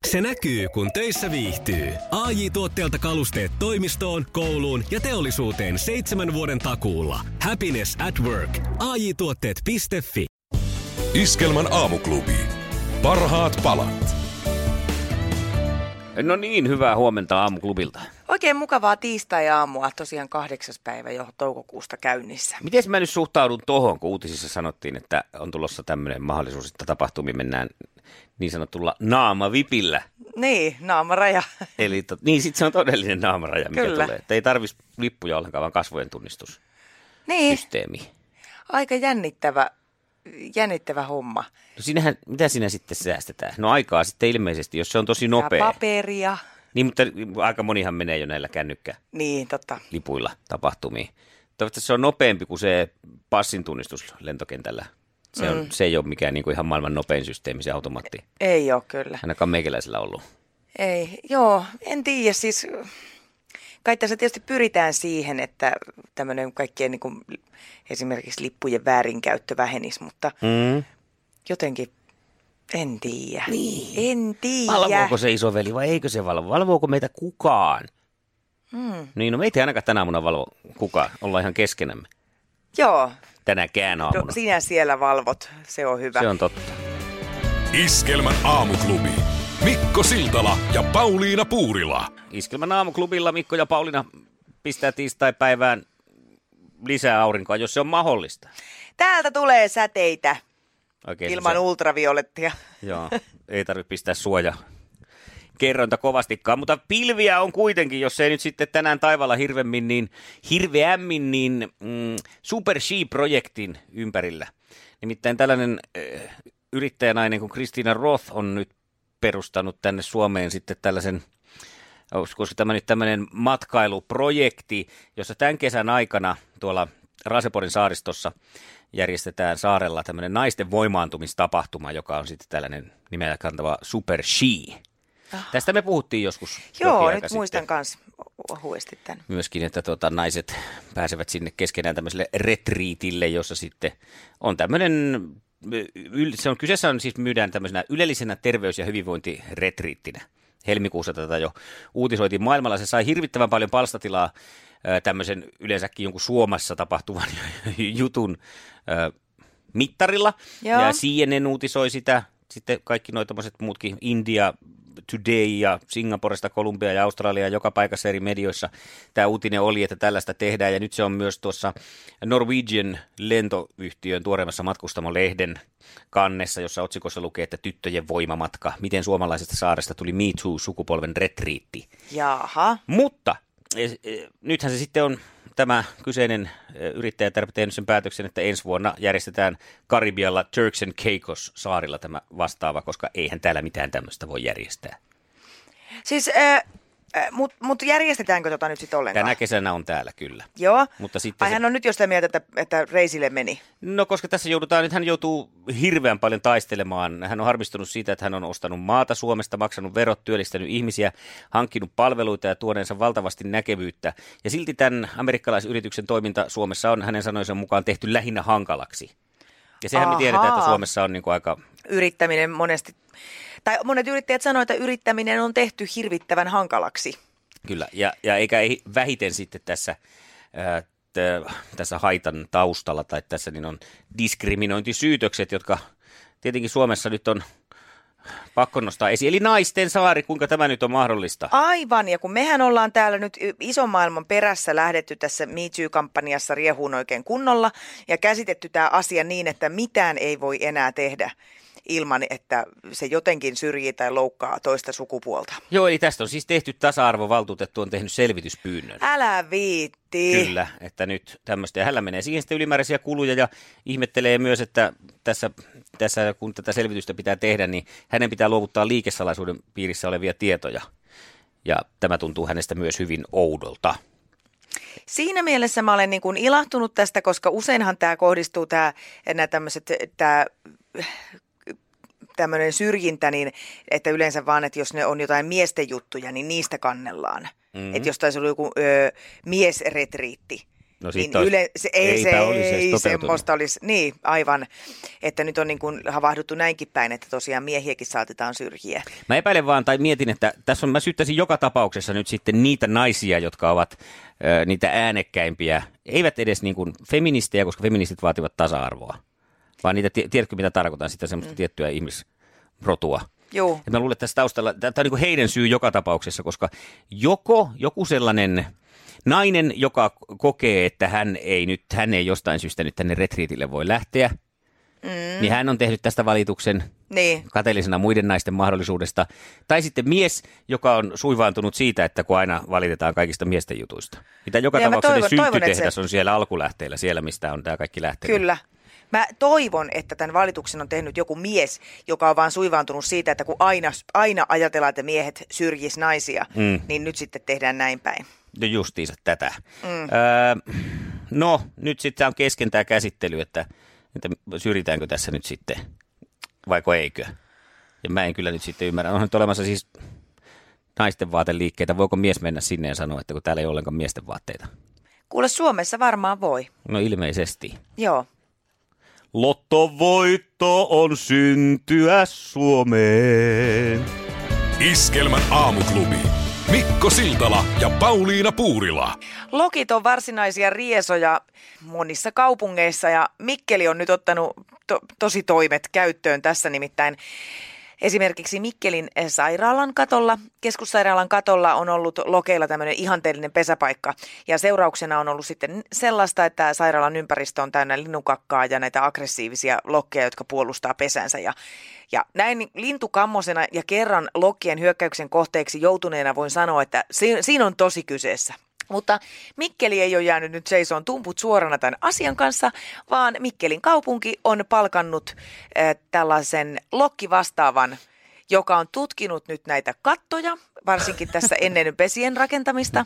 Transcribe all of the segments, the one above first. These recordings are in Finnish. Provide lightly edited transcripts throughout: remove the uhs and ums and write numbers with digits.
Se näkyy, kun töissä viihtyy. AJ Tuotteelta kalusteet toimistoon, kouluun ja teollisuuteen 7 vuoden takuulla. Happiness at work. AJ-tuotteet.fi. Iskelmän aamuklubi. Parhaat palat. No niin, hyvää huomenta aamuklubilta. Oikein mukavaa tiistai-aamua, tosiaan 8. päivä jo toukokuusta käynnissä. Miten mä nyt suhtaudun tohon, kun uutisissa sanottiin, että on tulossa tämmöinen mahdollisuus, että tapahtumiin mennään niin sanotulla naamavipillä. Niin, naamaraja. Eli niin, sitten se on todellinen naamaraja, mikä Kyllä. tulee. Että ei tarvitsisi lippuja ollenkaan, vaan kasvojen tunnistussysteemi. Niin, aika jännittävä homma. No mitä siinä sitten säästetään? No aikaa sitten ilmeisesti, jos se on tosi Ja nopea. paperia. Niin, mutta aika monihan menee jo näillä Niin, totta. lipuilla tapahtumiin. Toivottavasti se on nopeampi kuin se passin tunnistus lentokentällä. Se ei ole mikään niin kuin ihan maailman nopein systeemi, se automaatti. Ei ole kyllä. Ainakaan meikäläisellä ollut. Ei, joo, en tiedä siis. Kai tässä tietysti pyritään siihen, että tämmöinen kaikkien niin kuin, esimerkiksi lippujen väärinkäyttö vähenisi, mutta jotenkin en tiedä. Niin. En tiedä. Valvooko se isoveli vai eikö se valvo? Valvooko meitä kukaan? Niin, no meitä ei ainakaan tänä aamuna valvo kukaan. Ollaan ihan keskenämme. Joo. Tänäkään aamuna. No, sinä siellä valvot, se on hyvä. Se on totta. Iskelmän aamuklubi. Mikko Siltala ja Pauliina Puurila. Iskelmän aamuklubilla Mikko ja Pauliina pistää tiistai-päivään lisää aurinkoa, jos se on mahdollista. Täältä tulee säteitä Oikein ilman ultraviolettia. Joo, ei tarvitse pistää kerrointa kovastikaan, mutta pilviä on kuitenkin, jos ei nyt sitten tänään taivaalla hirveämmin, niin Super She-projektin ympärillä. Nimittäin tällainen yrittäjänainen kuin Christina Roth on nyt perustanut tänne Suomeen sitten tällaisen, koska tämä nyt tämmöinen matkailuprojekti, jossa tämän kesän aikana tuolla Raaseporin saaristossa järjestetään saarella tämmöinen naisten voimaantumistapahtuma, joka on sitten tällainen nimeä kantava Super She. Tästä me puhuttiin joskus. Joo, nyt muistan kanssa ohuesti tämän. Myöskin, että naiset pääsevät sinne keskenään tämmöiselle retriitille, jossa sitten on tämmöinen, kyseessä on siis myydään tämmöisenä ylellisenä terveys- ja hyvinvointiretriittinä. Helmikuussa tätä jo uutisoitiin maailmalla. Se sai hirvittävän paljon palstatilaa tämmöisen yleensäkin jonkun Suomessa tapahtuvan jutun mittarilla. Joo. Ja CNN uutisoi sitä. Sitten kaikki nuo tommoset muutkin, India Today ja Singaporesta, Kolumbia ja Australia, joka paikassa eri medioissa tämä uutinen oli, että tällaista tehdään. Ja nyt se on myös tuossa Norwegian lentoyhtiön tuoreimmassa matkustamolehden kannessa, jossa otsikossa lukee, että tyttöjen voimamatka, miten suomalaisesta saaresta tuli Me Too-sukupolven retriitti. Jaha. Mutta nythän se sitten on tämä kyseinen yrittäjä tehnyt sen päätöksen, että ensi vuonna järjestetään Karibialla Turks and Caicos saarilla tämä vastaava, koska eihän täällä mitään tämmöistä voi järjestää. Siis, mutta järjestetäänkö tota nyt sitten ollenkaan? Tänä kesänä on täällä kyllä. Joo. Mutta sitten hän on nyt jo sitä mieltä, että reisille meni. No koska tässä hän joutuu hirveän paljon taistelemaan. Hän on harmistunut siitä, että hän on ostanut maata Suomesta, maksanut verot, työllistänyt ihmisiä, hankkinut palveluita ja tuoneensa valtavasti näkevyyttä. Ja silti tämän amerikkalaisyrityksen toiminta Suomessa on hänen sanoisensa mukaan tehty lähinnä hankalaksi. Ja sehän me tiedetään, että Suomessa on niin kuin aika... Yrittäminen monesti... Tai monet yrittäjät sanoivat, että yrittäminen on tehty hirvittävän hankalaksi. Kyllä, ja eikä vähiten sitten tässä haitan taustalla tai tässä niin on diskriminointisyytökset, jotka tietenkin Suomessa nyt on pakko nostaa esiin. Eli naisten saari, kuinka tämä nyt on mahdollista? Aivan, ja kun mehän ollaan täällä nyt ison maailman perässä lähdetty tässä Me Too-kampanjassa riehuun oikein kunnolla ja käsitetty tämä asia niin, että mitään ei voi enää tehdä ilman, että se jotenkin syrjii tai loukkaa toista sukupuolta. Joo, eli tästä on siis tehty tasa-arvovaltuutettu on tehnyt selvityspyynnön. Älä viitti. Kyllä, että nyt tämmöistä. Ja hänellä menee siihen sitten ylimääräisiä kuluja ja ihmettelee myös, että tässä kun tätä selvitystä pitää tehdä, niin hänen pitää luovuttaa liikesalaisuuden piirissä olevia tietoja. Ja tämä tuntuu hänestä myös hyvin oudolta. Siinä mielessä mä olen niin kuin ilahtunut tästä, koska useinhan tämä kohdistuu tämmöinen syrjintä, niin että yleensä vaan, että jos ne on jotain miesten juttuja, niin niistä kannellaan. Että jos taisi olla joku miesretriitti, No niin ei semmoista olisi, niin aivan, että nyt on niin kuin havahduttu näinkin päin, että tosiaan miehiäkin saatetaan syrjiä. Mä epäilen vaan tai mietin, että mä syyttäisin joka tapauksessa nyt sitten niitä naisia, jotka ovat niitä äänekkäimpiä, eivät edes niin kuin feministejä, koska feministit vaativat tasa-arvoa, vaan niitä, tiedätkö mitä tarkoitan, sitä semmoista tiettyä ihmisrotua. Joo. Ja mä luulen, että tässä taustalla, tämä on niin kuin heidän syy joka tapauksessa, koska joku sellainen nainen, joka kokee, että hän ei jostain syystä nyt tänne retriitille voi lähteä, niin hän on tehnyt tästä valituksen kateellisena muiden naisten mahdollisuudesta. Tai sitten mies, joka on suivaantunut siitä, että kun aina valitetaan kaikista miesten jutuista. Mitä joka tapauksessa syntytehdas on siellä alkulähteillä, siellä mistä on tämä kaikki lähtenyt. Kyllä. Mä toivon, että tämän valituksen on tehnyt joku mies, joka on vaan suivaantunut siitä, että kun aina ajatellaan, että miehet syrjis naisia, niin nyt sitten tehdään näin päin. No justiinsa tätä. No, nyt sitten on kesken tämä käsittely, että syrjitäänkö tässä nyt sitten, vaiko eikö. Ja mä en kyllä nyt sitten ymmärrä. On nyt olemassa siis naisten vaateliikkeitä. Voiko mies mennä sinne ja sanoa, että kun täällä ei ole ollenkaan miesten vaatteita? Kuule, Suomessa varmaan voi. No ilmeisesti. Joo. Lottovoitto on syntyä Suomeen. Iskelmän aamuklubi. Mikko Siltala ja Pauliina Puurila. Lokit on varsinaisia riesoja monissa kaupungeissa ja Mikkeli on nyt ottanut tosi toimet käyttöön tässä nimittäin. Esimerkiksi Mikkelin sairaalan katolla, keskussairaalan katolla on ollut lokeilla tämmöinen ihanteellinen pesäpaikka. Ja seurauksena on ollut sitten sellaista, että sairaalan ympäristö on täynnä linnukakkaa ja näitä aggressiivisia lokkeja, jotka puolustaa pesänsä. Ja näin lintukammosena ja kerran lokkien hyökkäyksen kohteeksi joutuneena voin sanoa, että siinä on tosi kyseessä. Mutta Mikkeli ei ole jäänyt nyt seisoon tumput suorana tämän asian kanssa, vaan Mikkelin kaupunki on palkannut tällaisen lokkivastaavan, joka on tutkinut nyt näitä kattoja, varsinkin tässä ennen pesien rakentamista.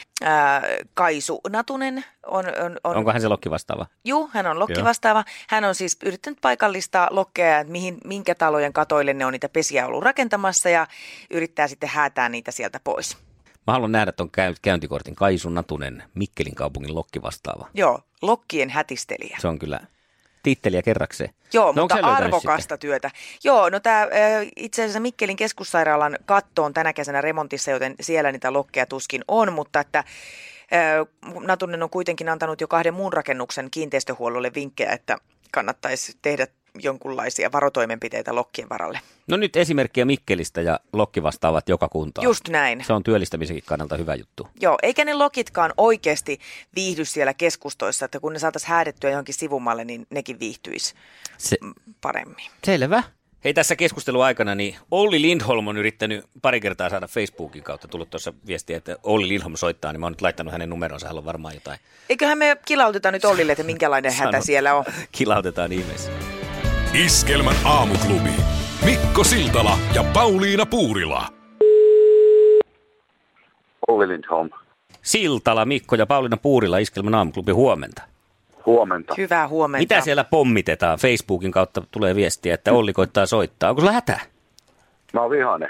Kaisu Natunen on... Onko hän se lokkivastaava? Joo, hän on lokkivastaava. Hän on siis yrittänyt paikallistaa lokkeja, että minkä talojen katoille ne on niitä pesiä ollut rakentamassa ja yrittää sitten häätää niitä sieltä pois. Mä haluan nähdä tuon käyntikortin. Kaisu Natunen, Mikkelin kaupungin lokkivastaava. Joo, lokkien hätistelijä. Se on kyllä titteliä kerrakseen. Joo, no, mutta arvokasta työtä. Joo, no tämä itse asiassa Mikkelin keskussairaalan katto on tänä kesänä remontissa, joten siellä niitä lokkeja tuskin on, mutta että Natunen on kuitenkin antanut jo 2 muun rakennuksen kiinteistöhuollolle vinkkejä, että kannattaisi tehdä jonkunlaisia varotoimenpiteitä lokkien varalle. No nyt esimerkkiä Mikkelistä ja lokkivastaavat joka kuntaan. Just näin. Se on työllistämisenkin kannalta hyvä juttu. Joo, eikä ne lokitkaan oikeasti viihdy siellä keskustoissa, että kun ne saataisiin häädettyä johonkin sivumalle, niin nekin viihtyisi paremmin. Selvä. Hei, tässä keskustelun aikana niin Olli Lindholm on yrittänyt pari kertaa saada Facebookin kautta. Tullut tuossa viestiä, että Olli Lindholm soittaa, niin mä oon nyt laittanut hänen numeronsa, hän on varmaan jotain. Eiköhän me kilautetaan nyt Ollille, että minkälainen hätä siellä on. Kilautetaan ihmeessä. Iskelmän aamuklubi. Mikko Siltala ja Pauliina Puurila. Olli Lindholm. Siltala, Mikko ja Pauliina Puurila, Iskelmän aamuklubi, huomenta. Huomenta. Hyvää huomenta. Mitä siellä pommitetaan? Facebookin kautta tulee viestiä, että Olli koittaa soittaa. Onko sulla hätä? Mä oon vihainen.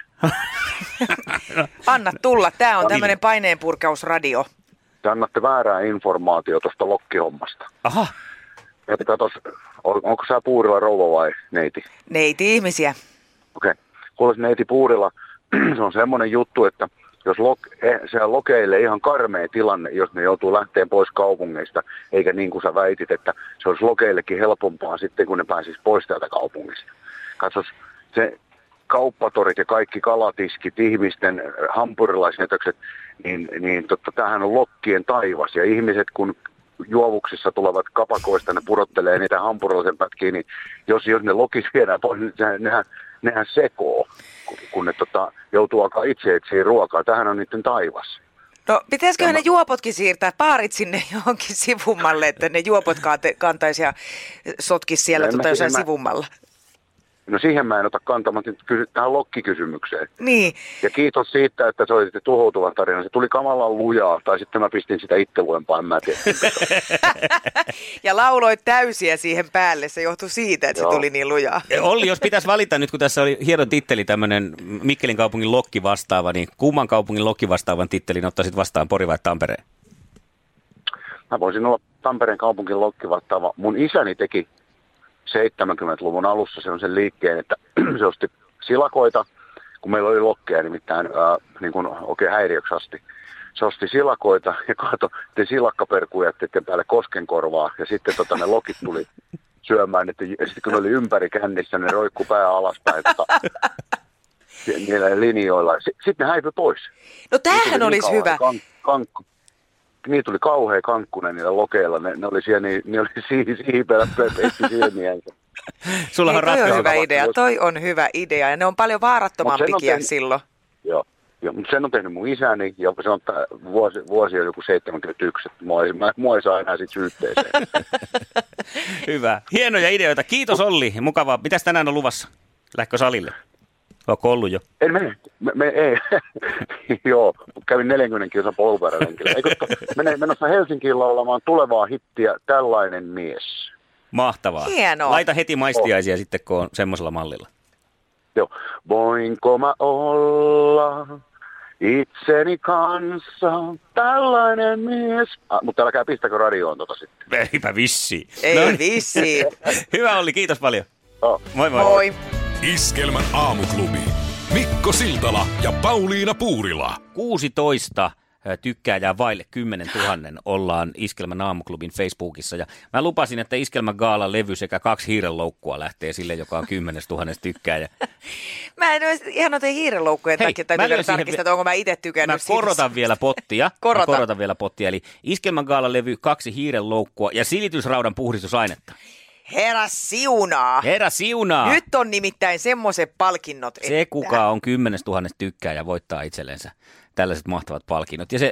Anna tulla. Tää on tämmöinen paineenpurkausradio. Te annatte väärää informaatiota tuosta lokkihommasta. Aha. Että katos, onko sä Puurila rouva vai neiti? Neiti ihmisiä. Okei. Kuule, neiti Puurila, se on semmoinen juttu, että jos se on lokeille ihan karmea tilanne, jos ne joutuu lähteen pois kaupungeista, eikä niin kuin sä väitit, että se olisi lokeillekin helpompaa sitten, kun ne pääsisi pois täältä kaupungista. Katsos, se kauppatorit ja kaikki kalatiskit, ihmisten hampurilaisnätökset, niin tämähän on lokkien taivas. Ja ihmiset, kun juovuksissa tulevat kapakoista, ne purottelee niitä hampurilaisen pätkiä, niin jos ne lokit viedään pois, niin nehän sekoo, kun ne joutuu alkaa itse etsiä ruokaa. Tämähän on niiden taivas. No pitäisiköhän ne juopotkin siirtää paarit sinne johonkin sivumalle, että ne juopot kantaisi ja sotkisi siellä jossain sivummalla? No siihen mä en ota kantamaan tähän lokkikysymykseen. Niin. Ja kiitos siitä, että soititte tuhoutuvan tarinan. Se tuli kamalan lujaa, tai sitten mä pistin sitä itse luempaan, en mä tiedä. Ja lauloit täysiä siihen päälle, se johtui siitä, että se tuli niin lujaa. Olli, jos pitäisi valita nyt, kun tässä oli hieno titteli, tämmöinen Mikkelin kaupungin lokkivastaava, niin kumman kaupungin lokkivastaavan tittelin ottaisit vastaan, Pori vai Tampereen? Mä voisin olla Tampereen kaupunkin lokkivastaava. Mun isäni teki 70-luvun alussa sen liikkeen, että se osti silakoita, kun meillä oli lokkeja nimittäin niin kuin oikein häiriöksi asti. Se osti silakoita ja kaatoi silakkaperkuja päälle koskenkorvaa ja sitten ne lokit tuli syömään, että sitten kun ne oli ympäri kännissä, ne roikku pää alaspäin niillä linjoilla. Sitten ne häipyi pois. No tämähän olisi hyvä. Niin tuli kauhea kankkunen niillä lokeilla. Ne oli siellä, ne oli siipelä peitti silmiänsä. Sulla on toi on hyvä idea ja ne on paljon vaarattomampikin silloin. Joo, mutta sen on tehnyt mun isäni ja se on vuosi on joku 71, että mua ei saa enää sit syytteeseen. Hyvä. Hienoja ideoita. Kiitos Olli. Mukavaa. Mitäs tänään on luvassa? Lähkö salille? Oletko ollut jo? En mene. Ei. Joo, kävin 40 kilsan polkuperälenkillä. Menossa Helsinkiin laulamaan tulevaa hittiä Tällainen mies. Mahtavaa. Hienoa. Laita heti maistiaisia sitten, kun on semmoisella mallilla. Joo. Voinko mä olla itseni kanssa tällainen mies? Mutta älkää pistäkö radioon sitten. Eipä vissiin. Ei vissiin. Hyvä Olli, kiitos paljon. Oh. Moi moi. Moi. Iskelmän aamuklubi. Mikko Siltala ja Pauliina Puurila. 16 tykkääjää vaille 10 000 ollaan Iskelmän aamuklubin Facebookissa. Ja mä lupasin, että Iskelmän Gaala-levy sekä 2 hiirenloukkua lähtee sille, joka on 10 000 tykkääjä. Mä en ole ihan noiden hiirenloukkujen takia täytyy vielä tarkistaa, että onko mä itse tykännyt. Mä korotan vielä pottia. Korotan vielä pottia. Eli Iskelmän Gaala-levy, 2 hiirenloukkua ja silitysraudan puhdistusainetta. Herra siunaa. Herra siunaa. Nyt on nimittäin semmoiset palkinnot, että... Se, kuka on 10 000 tykkääjä, voittaa itsellensä tällaiset mahtavat palkinnot. Ja se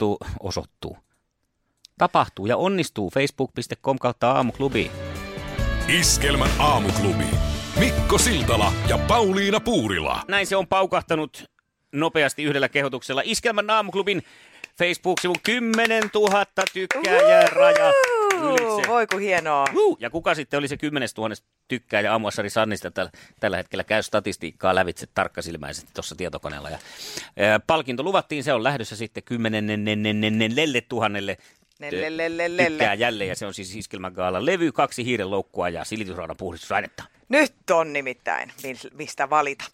tapahtuu ja onnistuu facebook.com/aamuklubi. Iskelmän aamuklubi. Mikko Siltala ja Pauliina Puurila. Näin se on paukahtanut nopeasti yhdellä kehotuksella. Iskelmän aamuklubin Facebook-sivun 10 000 tykkääjää raja. Voi kun hienoa. Ja kuka sitten oli se 10 000 tykkääjä Aamuassari Sannista tällä hetkellä käy statistiikkaa lävitse tarkkasilmäisesti tuossa tietokoneella. Ja palkinto luvattiin, se on lähdössä sitten 10 000 tykkääjälle. Ja se on siis Iskelmän Gaalan levy, 2 hiirenloukkua ja silitysraudan puhdistusainetta. Nyt on nimittäin, mistä valita.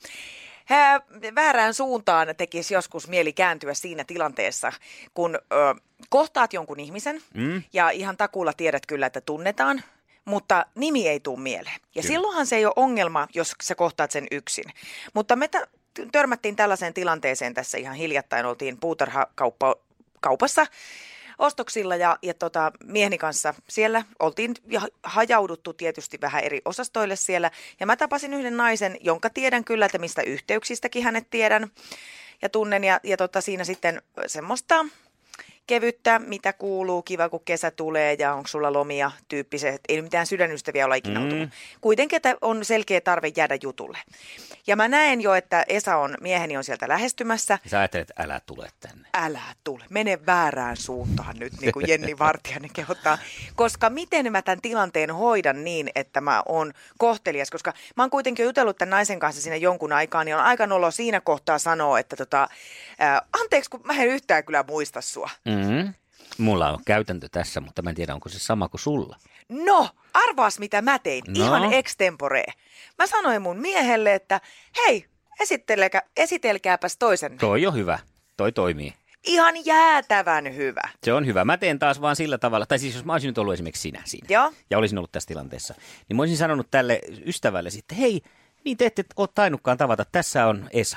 Väärään suuntaan tekisi joskus mieli kääntyä siinä tilanteessa, kun kohtaat jonkun ihmisen ja ihan takuulla tiedät kyllä, että tunnetaan, mutta nimi ei tule mieleen. Ja silloinhan se ei ole ongelma, jos sä kohtaat sen yksin. Mutta me törmättiin tällaiseen tilanteeseen tässä ihan hiljattain, oltiin puutarhakaupassa ostoksilla ja mieheni kanssa siellä oltiin ja hajauduttu tietysti vähän eri osastoille siellä. Ja mä tapasin yhden naisen, jonka tiedän kyllä, että mistä yhteyksistäkin hänet tiedän ja tunnen. Ja siinä sitten semmoista kevyttä, mitä kuuluu, kiva kun kesä tulee ja onko sulla lomia tyyppiset. Ei mitään sydänystäviä olla ikinä ollut. Kuitenkin että on selkeä tarve jäädä jutulle. Ja mä näen jo, että mieheni on sieltä lähestymässä. Sä ajattelet, että älä tule tänne. Älä tule. Mene väärään suuntaan nyt, niin kuin Jenni Vartiainen kehottaa. Koska miten mä tämän tilanteen hoidan niin, että mä oon kohtelias. Koska mä oon kuitenkin jutellut tämän naisen kanssa siinä jonkun aikaa, niin on aika nolo siinä kohtaa sanoa, että anteeksi, kun mä en yhtään kyllä muista sua. Mulla on käytäntö tässä, mutta mä en tiedä, onko se sama kuin sulla. No, arvaas mitä mä tein. Ihan extempore. Mä sanoin mun miehelle, että hei, esitelkääpäs toisen. Toi on hyvä. Toi toimii. Ihan jäätävän hyvä. Se on hyvä. Mä teen taas vaan sillä tavalla, tai siis jos mä olisin nyt ollut esimerkiksi sinä siinä, Joo. ja olisin ollut tässä tilanteessa, niin mä olisin sanonut tälle ystävälle sitten, hei, niin te ette ole tainnutkaan tavata, tässä on Esa.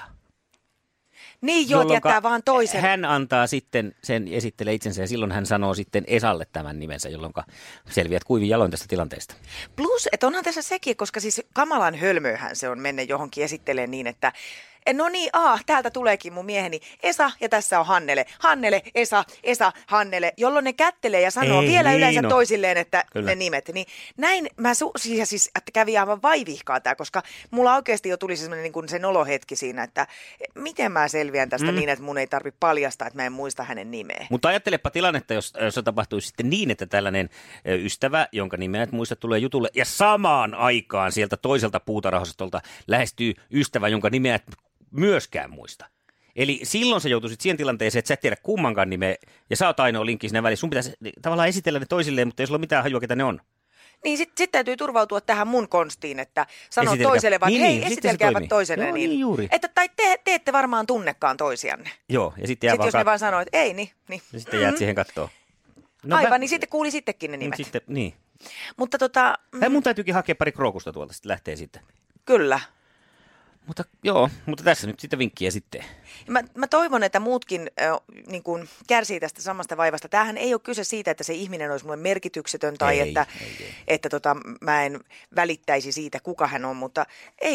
Niin joo, jättää vaan toisen. Hän antaa sitten, sen esittelee itsensä ja silloin hän sanoo sitten Esalle tämän nimensä, jolloin selviät kuivin jaloin tästä tilanteesta. Plus, että onhan tässä sekin, koska siis kamalan hölmöhän se on mennä johonkin esittelemään niin, että no niin, täältä tuleekin mun mieheni Esa ja tässä on Hannele. Hannele, Esa, Hannele, jolloin ne kättelee ja sanoo vielä yleensä toisilleen, että kyllä. Ne nimet. Niin näin mä siis että kävi aivan vaivihkaa tää, koska mulla oikeasti jo tuli semmoinen niin kuin se nolohetki siinä, että miten mä selviän tästä niin, että mun ei tarvitse paljastaa, että mä en muista hänen nimeä. Mutta ajattelepa tilannetta, jos se tapahtuisi sitten niin, että tällainen ystävä, jonka nimeä et muista, tulee jutulle ja samaan aikaan sieltä toiselta puutarhaosastolta lähestyy ystävä, jonka nimeä et myöskään muista. Eli silloin sä joutuisit siihen tilanteeseen, että sä et tiedä kummankaan nimeä, ja sä oot ainoa linkki sinne väliin. Sun pitäisi tavallaan esitellä ne toisilleen, mutta ei sulla ole mitään hajua, ketä ne on. Niin sit täytyy turvautua tähän mun konstiin, että sanoo toiselle vaan, hei, esitelkääpä toiselle. Joo, niin juuri. Että, tai te ette varmaan tunnekaan toisianne. Joo, ja sitten jos ne vaan sanoo, että ei, niin. Ja sitten jäät siihen kattoon. No, aivan, niin sitten kuuli sittenkin ne nimet. Sitten, niin. Mutta mun täytyykin hakea pari krookusta tuolta, sitten lähtee sitten. Kyllä. Mutta tässä nyt sitten vinkkiä sitten. Mä toivon, että muutkin niin kuin kärsii tästä samasta vaivasta. Tämähän ei ole kyse siitä, että se ihminen olisi mulle merkityksetön tai että mä en välittäisi siitä, kuka hän on, mutta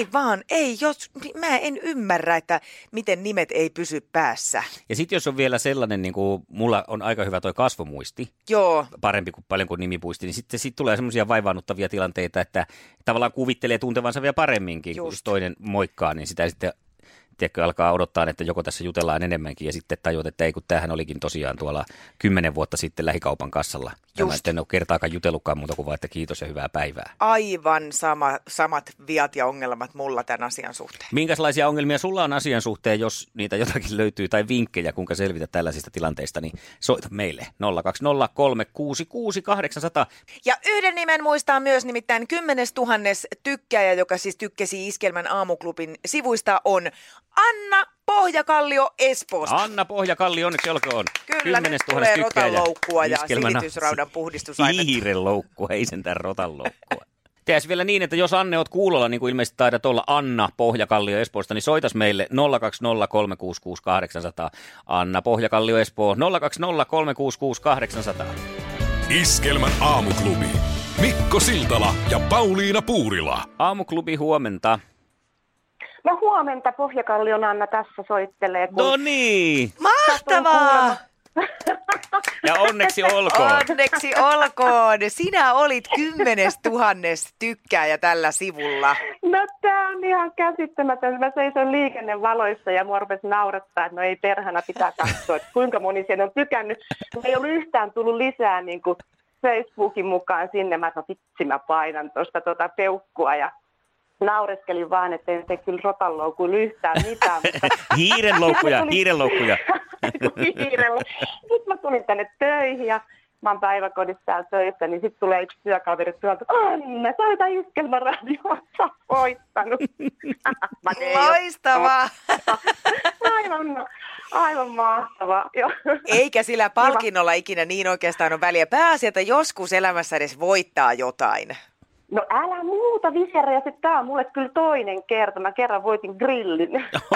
mä en ymmärrä, että miten nimet ei pysy päässä. Ja sitten jos on vielä sellainen, niin kuin mulla on aika hyvä toi kasvomuisti, joo, parempi kuin paljon kuin nimipuisti, niin sitten tulee semmoisia vaivaannuttavia tilanteita, että tavallaan kuvittelee tuntevansa vielä paremminkin, jos toinen moikkaa, niin sitä sitten tiedätkö, alkaa odottaa, että joko tässä jutellaan enemmänkin ja sitten tajuat, että ei, kun tämähän olikin tosiaan tuolla 10 vuotta sitten lähikaupan kassalla. Tämä sitten en ole kertaakaan jutellutkaan muuta kuin vaan, että kiitos ja hyvää päivää. Aivan samat viat ja ongelmat mulla tämän asian suhteen. Minkälaisia ongelmia sulla on asian suhteen, jos niitä jotakin löytyy tai vinkkejä, kuinka selvitä tällaisista tilanteista, niin soita meille 020366800. Ja yhden nimen muistaa myös nimittäin 10 000 tykkääjä, joka siis tykkäsi Iskelmän aamuklubin sivuista, on Anna Pohjakallio Espoosta. Anna Pohjakallio, onneksi olkoon. Kyllä, nyt tulee rotanloukkua ja silitysraudan puhdistusaineita. Hiirenloukkua, ei sentään rotanloukkua. Tehdään vielä niin, että jos Anne oot kuulolla, niin kuin ilmeisesti taidat olla Anna Pohjakallio Espoosta, niin soitas meille 020366800. Anna Pohjakallio Espoo 020366800. Iskelmän aamuklubi. Mikko Siltala ja Pauliina Puurila. Aamuklubi, huomenta. No huomenta, Pohjakallion Anna tässä soittelee. No niin! Mahtavaa! Ja onneksi olkoon. Onneksi olkoon. Sinä olit 10 000 tykkääjä tällä sivulla. No tää on ihan käsittämätön. Mä seison liikennevaloissa ja mua rupesi naurattaa, että no ei perhana pitää katsoa, että kuinka moni siellä on tykännyt. Ei ollut yhtään tullut lisää niin kuin Facebookin mukaan sinne. Mä mä painan tuosta peukkua ja naureskelin vaan, että en tee kyllä rotanloukuilla yhtään mitään. Mutta hiirenloukkuja. Nyt mä tulin tänne töihin ja mä oon päiväkodissa täällä töissä, niin sitten tulee yksi työkaveri työltä, Anna, soita Iskelmän radioon, sä oot voittanut. Loistavaa. Aivan mahtavaa. Eikä sillä palkinnolla ikinä niin oikeastaan ole väliä. Pääasia, että joskus elämässä edes voittaa jotain. No älä muuta Visera, ja sitten tämä on mulle kyllä toinen kerta. Mä kerran voitin grillin.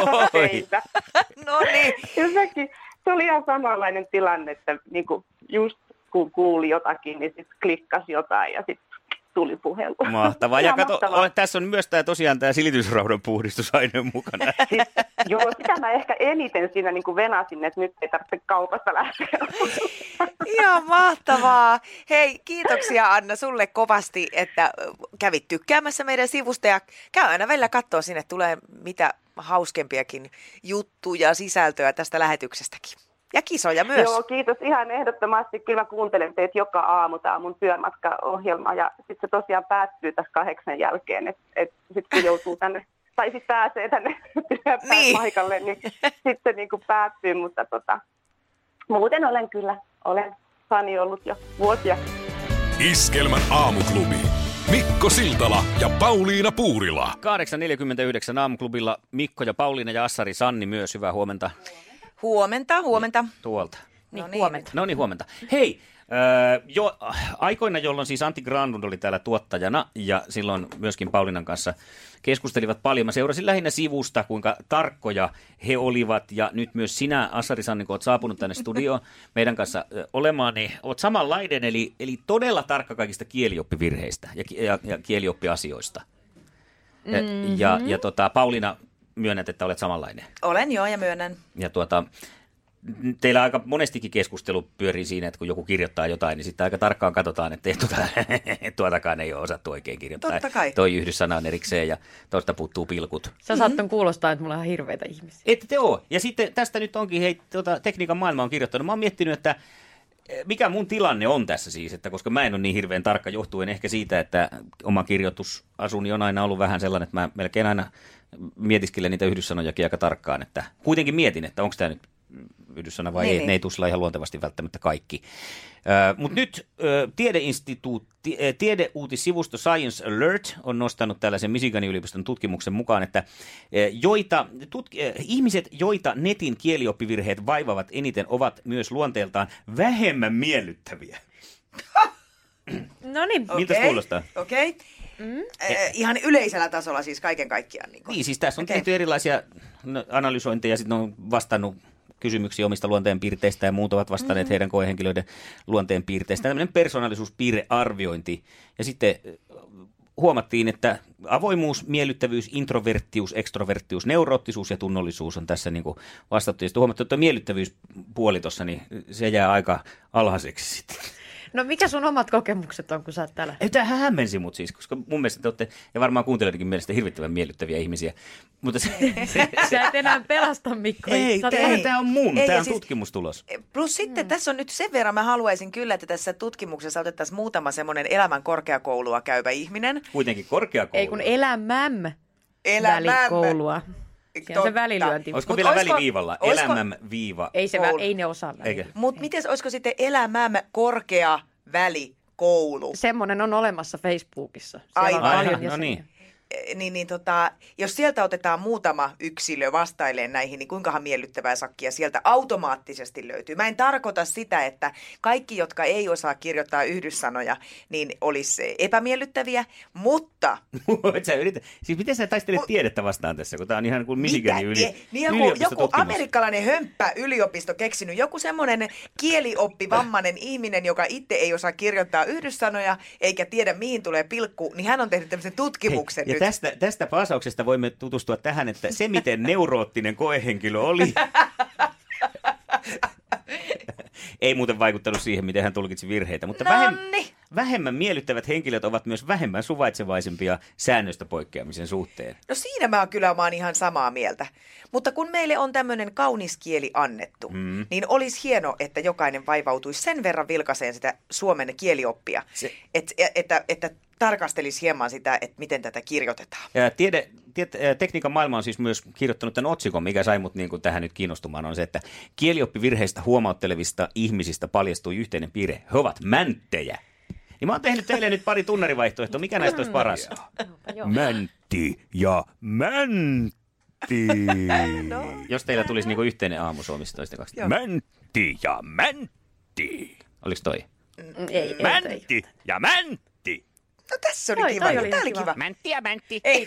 No niin. Se oli ihan samanlainen tilanne, että niinku just kun kuuli jotakin, niin sitten klikkasi jotain ja sitten tuli puhelu. Mahtavaa. Ja kato, tässä on myös tosiaan tämä silitysraudan puhdistusaine mukana. Siis, joo, sitä mä ehkä eniten siinä niin kuin venasin, että nyt ei tarvitse kaupasta lähteä. Ihan mahtavaa. Hei, kiitoksia Anna sulle kovasti, että kävit tykkäämässä meidän sivusta ja käy aina välillä katsoa, sinne tulee mitä hauskempiakin juttuja, sisältöä tästä lähetyksestäkin. Ja kisoja myös. Joo, kiitos ihan ehdottomasti. Kyllä mä kuuntelen teitä joka aamu. Tämä on mun työmatkaohjelma ja sitten se tosiaan päättyy tässä 8 jälkeen. Että sitten kun joutuu tänne, tai sitten pääsee tänne työpaikalle, niin sitten se niin kuin päättyy. Mutta muuten olen fani ollut jo vuosia. Iskelmän aamuklubi. Mikko Siltala ja Pauliina Puurila. 8.49 aamuklubilla Mikko ja Pauliina ja Assari Sanni myös. Hyvää huomenta. Huomenta. Tuolta. Huomenta. Hei, jo aikoina, jolloin siis Antti Granlund oli täällä tuottajana ja silloin myöskin Pauliinan kanssa keskustelivat paljon. Mä seurasin lähinnä sivusta, kuinka tarkkoja he olivat ja nyt myös sinä, Assari Sanni, kun oot saapunut tänne studioon meidän kanssa olemaan, niin oot samanlainen, eli todella tarkka kaikista kielioppivirheistä ja kielioppiasioista. Mm-hmm. Ja Pauliina, myönnät, että olet samanlainen. Olen joo ja myönnän. Ja teillä aika monestikin keskustelu pyörii siinä, että kun joku kirjoittaa jotain, niin sitten aika tarkkaan katsotaan, että tuotakaan ei ole osattu oikein kirjoittaa. Totta kai. Toi yhdyssana on erikseen ja tuosta puuttuu pilkut. Sä saattaa kuulostaa, että mulla on hirveitä ihmisiä. Ette te ole. Ja sitten tästä nyt onkin, tekniikan maailma on kirjoittanut. Mä oon miettinyt, että mikä mun tilanne on tässä siis, että koska mä en ole niin hirveän tarkka johtuen ehkä siitä, että oma kirjoitusasuni on aina ollut vähän sellainen, että mä melkein aina mietiskelen niitä yhdyssanojakin aika tarkkaan, että kuitenkin mietin, että onko tämä nyt yhdyssana vai ei, ne ei tule ihan luontevasti välttämättä kaikki. Mutta nyt tiedeuutissivusto Science Alert on nostanut tällaisen Michiganin yliopiston tutkimuksen mukaan, että ihmiset, joita netin kielioppivirheet vaivavat eniten, ovat myös luonteeltaan vähemmän miellyttäviä. No niin. Miltä kuulostaa? Okei. Ihan yleisellä tasolla siis kaiken kaikkiaan. Niin, siis tässä on tehty erilaisia analysointeja ja sitten on vastannut kysymyksiä omista luonteenpiirteistä ja muut ovat vastanneet heidän koehenkilöiden luonteenpiirteistä. Tällainen persoonallisuuspiirrearviointi. Ja sitten huomattiin, että avoimuus, miellyttävyys, introverttius, ekstroverttius, neuroottisuus ja tunnollisuus on tässä niin kuin vastattu. Ja sitten huomattu, että miellyttävyyspuoli tuossa, niin se jää aika alhaiseksi sitten. No mikä sun omat kokemukset on, kun sä oot täällä? Tämä hämmensi mut siis, koska mun mielestä te olette, ja varmaan kuuntelijoidenkin mielestä, hirvittävän miellyttäviä ihmisiä. Mutta Sä et enää pelasta, Mikko. Tämä on tämä on siis tutkimustulos. Plus sitten tässä on nyt sen verran, mä haluaisin kyllä, että tässä tutkimuksessa otettaisiin muutama semmoinen elämän korkeakoulua käyvä ihminen. Kuitenkin korkeakoulu. Ei kun välikoulua. Siinä on se välilyönti. Olisiko vielä väliviivalla? Elämäm-viiva. Ei ne osaa väliä. Mutta miten olisiko sitten elämäm korkea välikoulu? Semmoinen on olemassa Facebookissa. Siellä on paljon no niin. Jos sieltä otetaan muutama yksilö vastaileen näihin, niin kuinkahan miellyttävää sakkia sieltä automaattisesti löytyy. Mä en tarkoita sitä, että kaikki, jotka ei osaa kirjoittaa yhdyssanoja, niin olisi epämiellyttäviä, mutta... Siis miten sä taistelet tiedettä vastaan tässä, kun tää on ihan kuin Michiganin joku amerikkalainen hömppä yliopisto keksinyt, joku semmoinen kielioppivammainen ihminen, joka itse ei osaa kirjoittaa yhdyssanoja, eikä tiedä mihin tulee pilkku, niin hän on tehnyt tämmöisen tutkimuksen nyt. Tästä paasauksesta voimme tutustua tähän, että se miten neuroottinen koehenkilö oli, ei muuten vaikuttanut siihen, miten hän tulkitsi virheitä, mutta vähemmän miellyttävät henkilöt ovat myös vähemmän suvaitsevaisempia säännöstä poikkeamisen suhteen. No siinä mä oon ihan samaa mieltä. Mutta kun meille on tämmöinen kaunis kieli annettu, niin olisi hieno, että jokainen vaivautuisi sen verran vilkaiseen sitä suomen kielioppia, että tarkastelisi hieman sitä, että miten tätä kirjoitetaan. Tekniikan maailma on siis myös kirjoittanut tämän otsikon, mikä sai mut niin kuin tähän nyt kiinnostumaan, on se, että kielioppivirheistä huomauttelevista ihmisistä paljastui yhteinen piirre. He ovat mänttejä. Niin mä oon tehnyt teille nyt pari tunnarivaihtoehtoa. Mikä näistä olisi paras? Mäntti ja mäntti. Jos teillä tulisi niinku yhteinen aamu Suomessa toista kaksi. Mäntti ja mäntti. Oliko toi? Ei. Mäntti ja mäntti. No tässä oli kiva. Tämä oli kiva. Mäntti ja mäntti. Ei,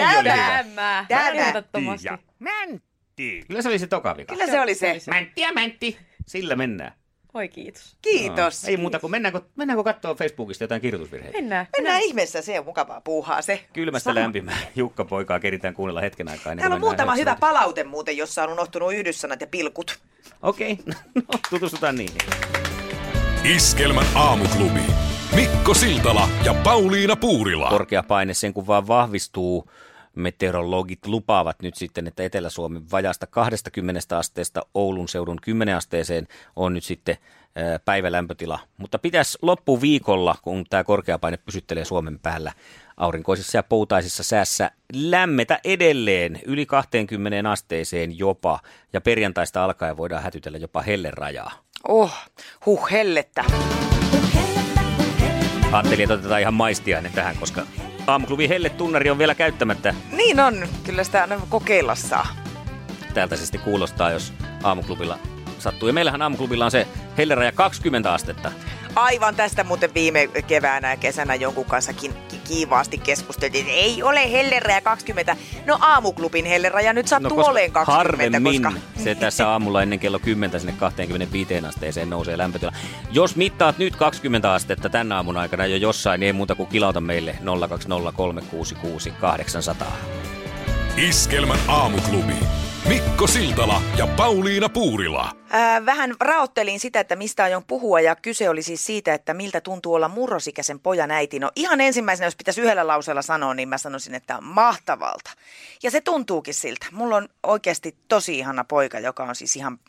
Mäntti ja mäntti. Kyllä se oli se toka vika. Kyllä se oli se. Mäntti ja mäntti. Sillä mennään. Oi kiitos. Kiitos. No, ei muuta kuin mennäänkö katsoa Facebookista jotain kirjoitusvirheitä? Mennään ihmeessä, se on mukavaa puuhaa se. Kylmästä lämpimään. Jukka-poikaa keritään kuunnella hetken aikaa. Täällä on muutama hyvä palaute muuten, jossa on unohtunut yhdyssanat ja pilkut. Okei, no, tutustutaan niihin. Iskelmän aamuklubi. Mikko Siltala ja Pauliina Puurila. Korkea paine sen kun vaan vahvistuu. Meteorologit lupaavat nyt sitten, että Etelä-Suomen vajasta 20 asteesta Oulun seudun 10 asteeseen on nyt sitten päivälämpötila. Mutta pitäisi loppuviikolla, kun tämä korkea paine pysyttelee Suomen päällä aurinkoisessa ja poutaisessa säässä, lämmetä edelleen yli 20 asteeseen jopa. Ja perjantaista alkaen voidaan hätytellä jopa hellerajaa. Hellettä. Ajattelin, että otetaan ihan maistiainen tähän, koska aamuklubin helletunnari on vielä käyttämättä. Niin on, kyllä sitä aina kokeilla saa. Täältä se sitten kuulostaa, jos aamuklubilla sattuu. Ja meillähän aamuklubilla on se helleraja 20 astetta. Aivan, tästä muuten viime keväänä ja kesänä jonkun kanssa kiivaasti keskusteltiin, että ei ole helleraja 20. No aamuklubin helleraja nyt sattuu oleen 20. Harvemmin se tässä aamulla ennen kello 10 sinne 25 asteeseen nousee lämpötila. Jos mittaat nyt 20 astetta tämän aamun aikana jo jossain, niin ei muuta kuin kilauta meille 020366800. Iskelmän aamuklubi. Mikko Siltala ja Pauliina Puurila. Vähän raottelin sitä, että mistä aion puhua, ja kyse oli siis siitä, että miltä tuntuu olla murrosikäisen pojan äiti. No ihan ensimmäisenä, jos pitäisi yhdellä lauseella sanoa, niin mä sanoisin, että mahtavalta. Ja se tuntuukin siltä. Mulla on oikeasti tosi ihana poika, joka on siis ihan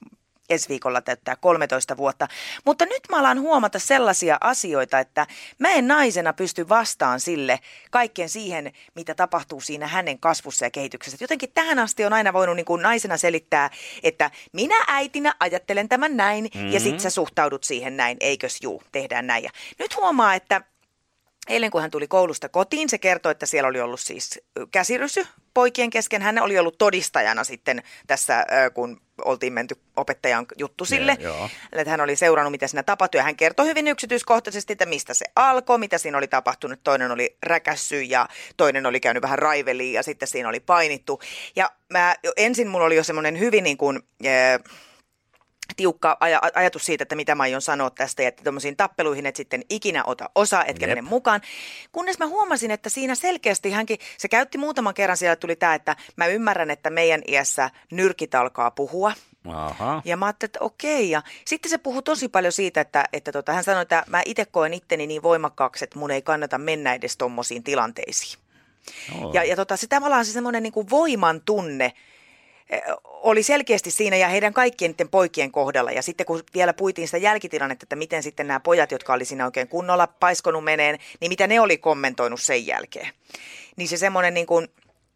ensi viikolla täyttää 13 vuotta. Mutta nyt mä alan huomata sellaisia asioita, että mä en naisena pysty vastaan sille kaikkeen siihen, mitä tapahtuu siinä hänen kasvussa ja kehityksessä. Jotenkin tähän asti on aina voinut niin kuin naisena selittää, että minä äitinä ajattelen tämän näin ja sit sä suhtaudut siihen näin, eikös juu, tehdään näin. Ja nyt huomaa, että eilen kun hän tuli koulusta kotiin, se kertoi, että siellä oli ollut siis käsirysy poikien kesken. Hän oli ollut todistajana sitten tässä, kun oltiin menty opettajan juttusille. Että hän oli seurannut, mitä siinä tapahtui. Ja hän kertoi hyvin yksityiskohtaisesti, että mistä se alkoi, mitä siinä oli tapahtunut. Toinen oli räkässy ja toinen oli käynyt vähän raiveliin ja sitten siinä oli painittu. Ja ensin mulla oli jo semmoinen hyvin niin kuin tiukka ajatus siitä, että mitä mä aion sanoa tästä ja että tommosiin tappeluihin et sitten ikinä ota osaa, etkä mene mukaan. Kunnes mä huomasin, että siinä selkeästi hänkin, se käytti muutaman kerran, siellä tuli tämä, että mä ymmärrän, että meidän iässä nyrkit alkaa puhua. Aha. Ja mä ajattelin, että okei. Ja sitten se puhui tosi paljon siitä, että hän sanoi, että mä itse koen itteni niin voimakkaaksi, että mun ei kannata mennä edes tommosiin tilanteisiin. Ja se tavallaan se semmoinen niin kuin voiman tunne oli selkeästi siinä ja heidän kaikkien niiden poikien kohdalla. Ja sitten kun vielä puitiin sitä jälkitilannetta, että miten sitten nämä pojat, jotka oli siinä oikein kunnolla paiskonut meneen, niin mitä ne oli kommentoinut sen jälkeen. Niin se semmoinen niin kuin,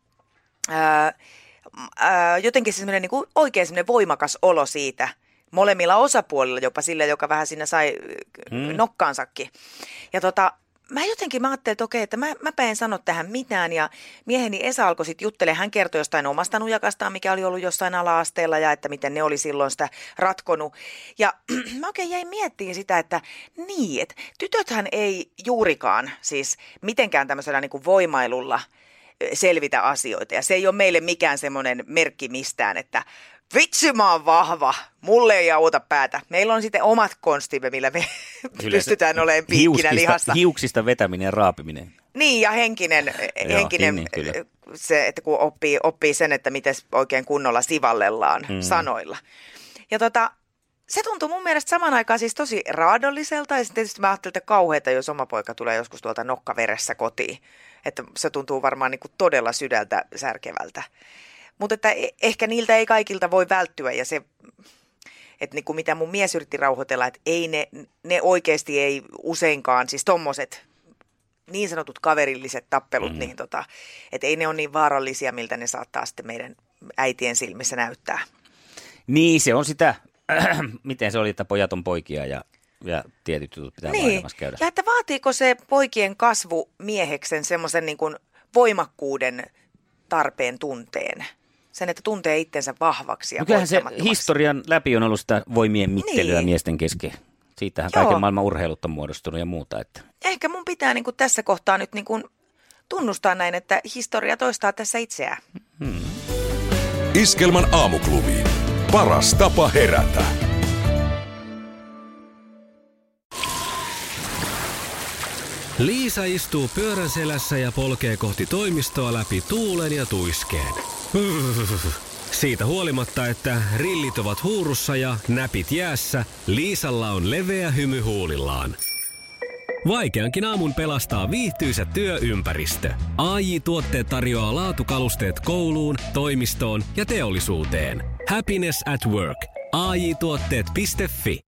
jotenkin se semmoinen niin kuin oikein semmoinen voimakas olo siitä molemmilla osapuolilla, jopa sillä, joka vähän siinä sai nokkaansakin. Ja mä ajattelin, että okei, että mä en sano tähän mitään ja mieheni Esa alkoi sitten juttelemaan. Hän kertoi jostain omasta nujakastaan, mikä oli ollut jossain ala-asteella ja että miten ne oli silloin sitä ratkonut. Ja mä oikein jäin miettimään sitä, että niin, että tytöthän ei juurikaan siis mitenkään tämmöisellä niin kuin voimailulla selvitä asioita. Ja se ei ole meille mikään semmoinen merkki mistään, että vitsi mä oon vahva, mulle ei auta päätä. Meillä on sitten omat konstimme, millä me pystytään olemaan piikkinä lihassa. Hiuksista vetäminen ja raapiminen. Niin ja henkinen se, että kun oppii sen, että miten oikein kunnolla sivallellaan sanoilla. Ja se tuntuu mun mielestä saman aikaan siis tosi raadolliselta ja sitten tietysti mä ajattelin, että kauheata, jos oma poika tulee joskus tuolta nokkaveressä kotiin. Että se tuntuu varmaan niin kuin todella sydältä särkevältä. Mutta että ehkä niiltä ei kaikilta voi välttyä ja se, että niin kuin mitä mun mies yritti rauhoitella, että ei ne oikeasti ei useinkaan, siis tommoset niin sanotut kaverilliset tappelut, niin että ei ne ole niin vaarallisia, miltä ne saattaa sitten meidän äitien silmissä näyttää. Niin, se on sitä, miten se oli, että pojat on poikia ja tietyt jutut pitää maailmassa käydä. Ja että vaatiiko se poikien kasvu mieheksen semmoisen niin kuin voimakkuuden tarpeen tunteen? Sen, että tuntee itsensä vahvaksi ja voittamattomaksi. Se historian läpi on ollut sitä voimien mittelyä miesten kesken. Siitähän kaiken maailman urheilut on muodostunut ja muuta. Että. Ehkä mun pitää niin kuin tässä kohtaa nyt niin kuin tunnustaa näin, että historia toistaa tässä itseään. Iskelmän aamuklubi. Paras tapa herätä. Liisa istuu pyörän selässä ja polkee kohti toimistoa läpi tuulen ja tuiskeen. Siitä huolimatta, että rillit ovat huurussa ja näpit jäässä, Liisalla on leveä hymy huulillaan. Vaikeankin aamun pelastaa viihtyisä työympäristö. AJ-tuotteet tarjoaa laatukalusteet kouluun, toimistoon ja teollisuuteen. Happiness at work. AJ-tuotteet.fi